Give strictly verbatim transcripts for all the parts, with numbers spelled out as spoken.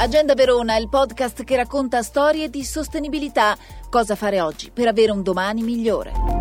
Agenda Verona è il podcast che racconta storie di sostenibilità. Cosa fare oggi per avere un domani migliore?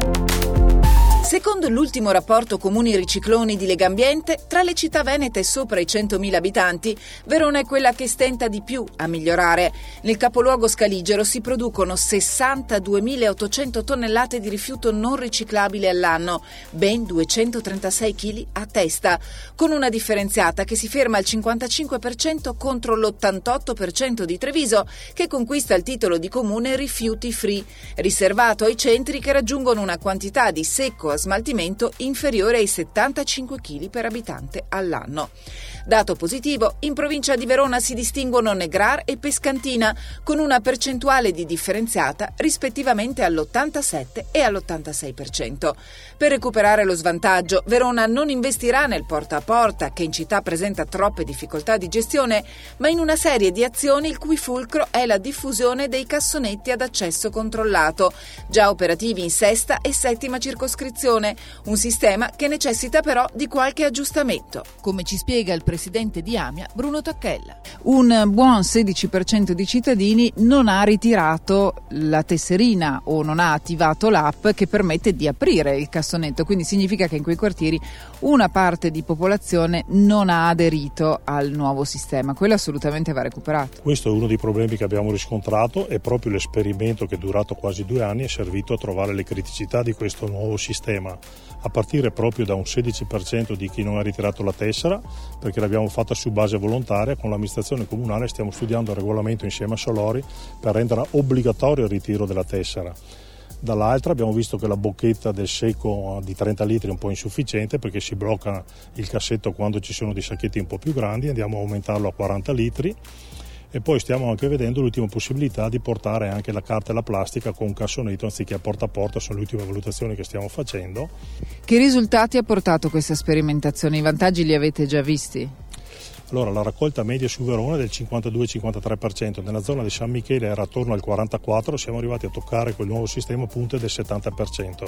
Secondo l'ultimo rapporto Comuni Ricicloni di Legambiente, tra le città venete sopra i centomila abitanti, Verona è quella che stenta di più a migliorare. Nel capoluogo scaligero si producono sessantaduemilaottocento tonnellate di rifiuto non riciclabile all'anno, ben duecentotrentasei chili a testa, con una differenziata che si ferma al cinquantacinque per cento contro l'ottantotto per cento di Treviso, che conquista il titolo di comune rifiuti free, riservato ai centri che raggiungono una quantità di secco a smaltimento inferiore ai settantacinque chili per abitante all'anno. Dato positivo, in provincia di Verona si distinguono Negrar e Pescantina, con una percentuale di differenziata rispettivamente all'ottantasette e all'ottantasei per cento. Per recuperare lo svantaggio, Verona non investirà nel porta a porta, che in città presenta troppe difficoltà di gestione, ma in una serie di azioni il cui fulcro è la diffusione dei cassonetti ad accesso controllato, già operativi in sesta e settima circoscrizione, un sistema che necessita però di qualche aggiustamento, come ci spiega il presidente di Amia, Bruno Tacchella. Un buon sedici per cento di cittadini non ha ritirato la tesserina o non ha attivato l'app che permette di aprire il cassonetto, quindi significa che in quei quartieri una parte di popolazione non ha aderito al nuovo sistema. Quello assolutamente va recuperato. Questo è uno dei problemi che abbiamo riscontrato e proprio l'esperimento che è durato quasi due anni è servito a trovare le criticità di questo nuovo sistema, a partire proprio da un sedici per cento di chi non ha ritirato la tessera, perché l'abbiamo fatta su base volontaria. Con l'amministrazione comunale stiamo studiando il regolamento insieme a Solori per rendere obbligatorio il ritiro della tessera. Dall'altra abbiamo visto che la bocchetta del secco di trenta litri è un po' insufficiente, perché si blocca il cassetto quando ci sono dei sacchetti un po' più grandi, andiamo a aumentarlo a quaranta litri. E poi stiamo anche vedendo l'ultima possibilità di portare anche la carta e la plastica con un cassonetto anziché a porta a porta. Sono le ultime valutazioni che stiamo facendo. Che risultati ha portato questa sperimentazione? I vantaggi li avete già visti? Allora, la raccolta media su Verona è del cinquantadue cinquantatré per cento, nella zona di San Michele era attorno al quarantaquattro per cento, siamo arrivati a toccare quel nuovo sistema punte del settanta per cento.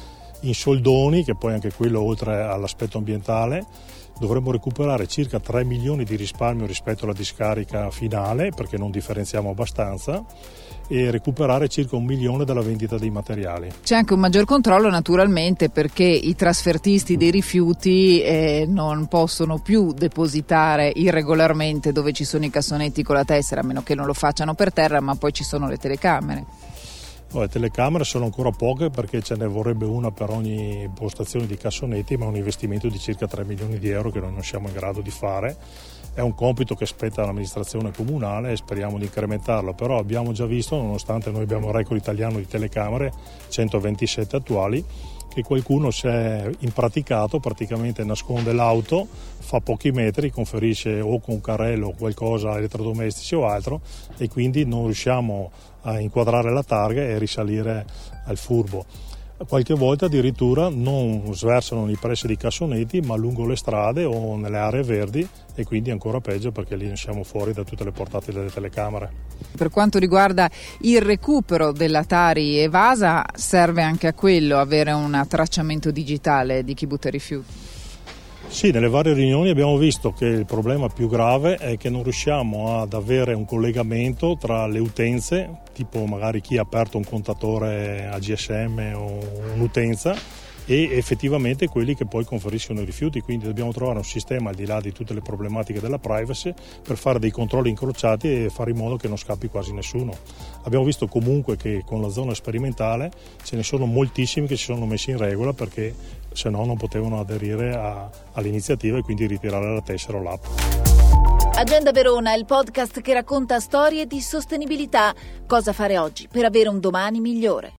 In soldoni, che poi anche quello oltre all'aspetto ambientale, dovremmo recuperare circa tre milioni di risparmio rispetto alla discarica finale, perché non differenziamo abbastanza, e recuperare circa un milione dalla vendita dei materiali. C'è anche un maggior controllo naturalmente, perché i trasfertisti dei rifiuti eh, non possono più depositare irregolarmente dove ci sono i cassonetti con la tessera, a meno che non lo facciano per terra, ma poi ci sono le telecamere. No, le telecamere sono ancora poche, perché ce ne vorrebbe una per ogni postazione di cassonetti, ma è un investimento di circa tre milioni di euro che noi non siamo in grado di fare. È un compito che spetta all'amministrazione comunale e speriamo di incrementarlo, però abbiamo già visto, nonostante noi abbiamo un record italiano di telecamere, centoventisette attuali, che qualcuno si è impraticato, praticamente nasconde l'auto, fa pochi metri, conferisce o con un carrello o qualcosa, elettrodomestici o altro, e quindi non riusciamo a inquadrare la targa e risalire al furbo. Qualche volta addirittura non sversano nei pressi dei cassonetti, ma lungo le strade o nelle aree verdi, e quindi ancora peggio, perché lì siamo fuori da tutte le portate delle telecamere. Per quanto riguarda il recupero della Tari evasa, serve anche a quello avere un tracciamento digitale di chi butta i rifiuti? Sì, nelle varie riunioni abbiamo visto che il problema più grave è che non riusciamo ad avere un collegamento tra le utenze, tipo magari chi ha aperto un contatore A G S M o un'utenza, e effettivamente quelli che poi conferiscono i rifiuti. Quindi dobbiamo trovare un sistema, al di là di tutte le problematiche della privacy, per fare dei controlli incrociati e fare in modo che non scappi quasi nessuno. Abbiamo visto comunque che con la zona sperimentale ce ne sono moltissimi che si sono messi in regola, perché se no non potevano aderire a, all'iniziativa e quindi ritirare la tessera o l'app. Agenda Verona è il podcast che racconta storie di sostenibilità. Cosa fare oggi per avere un domani migliore?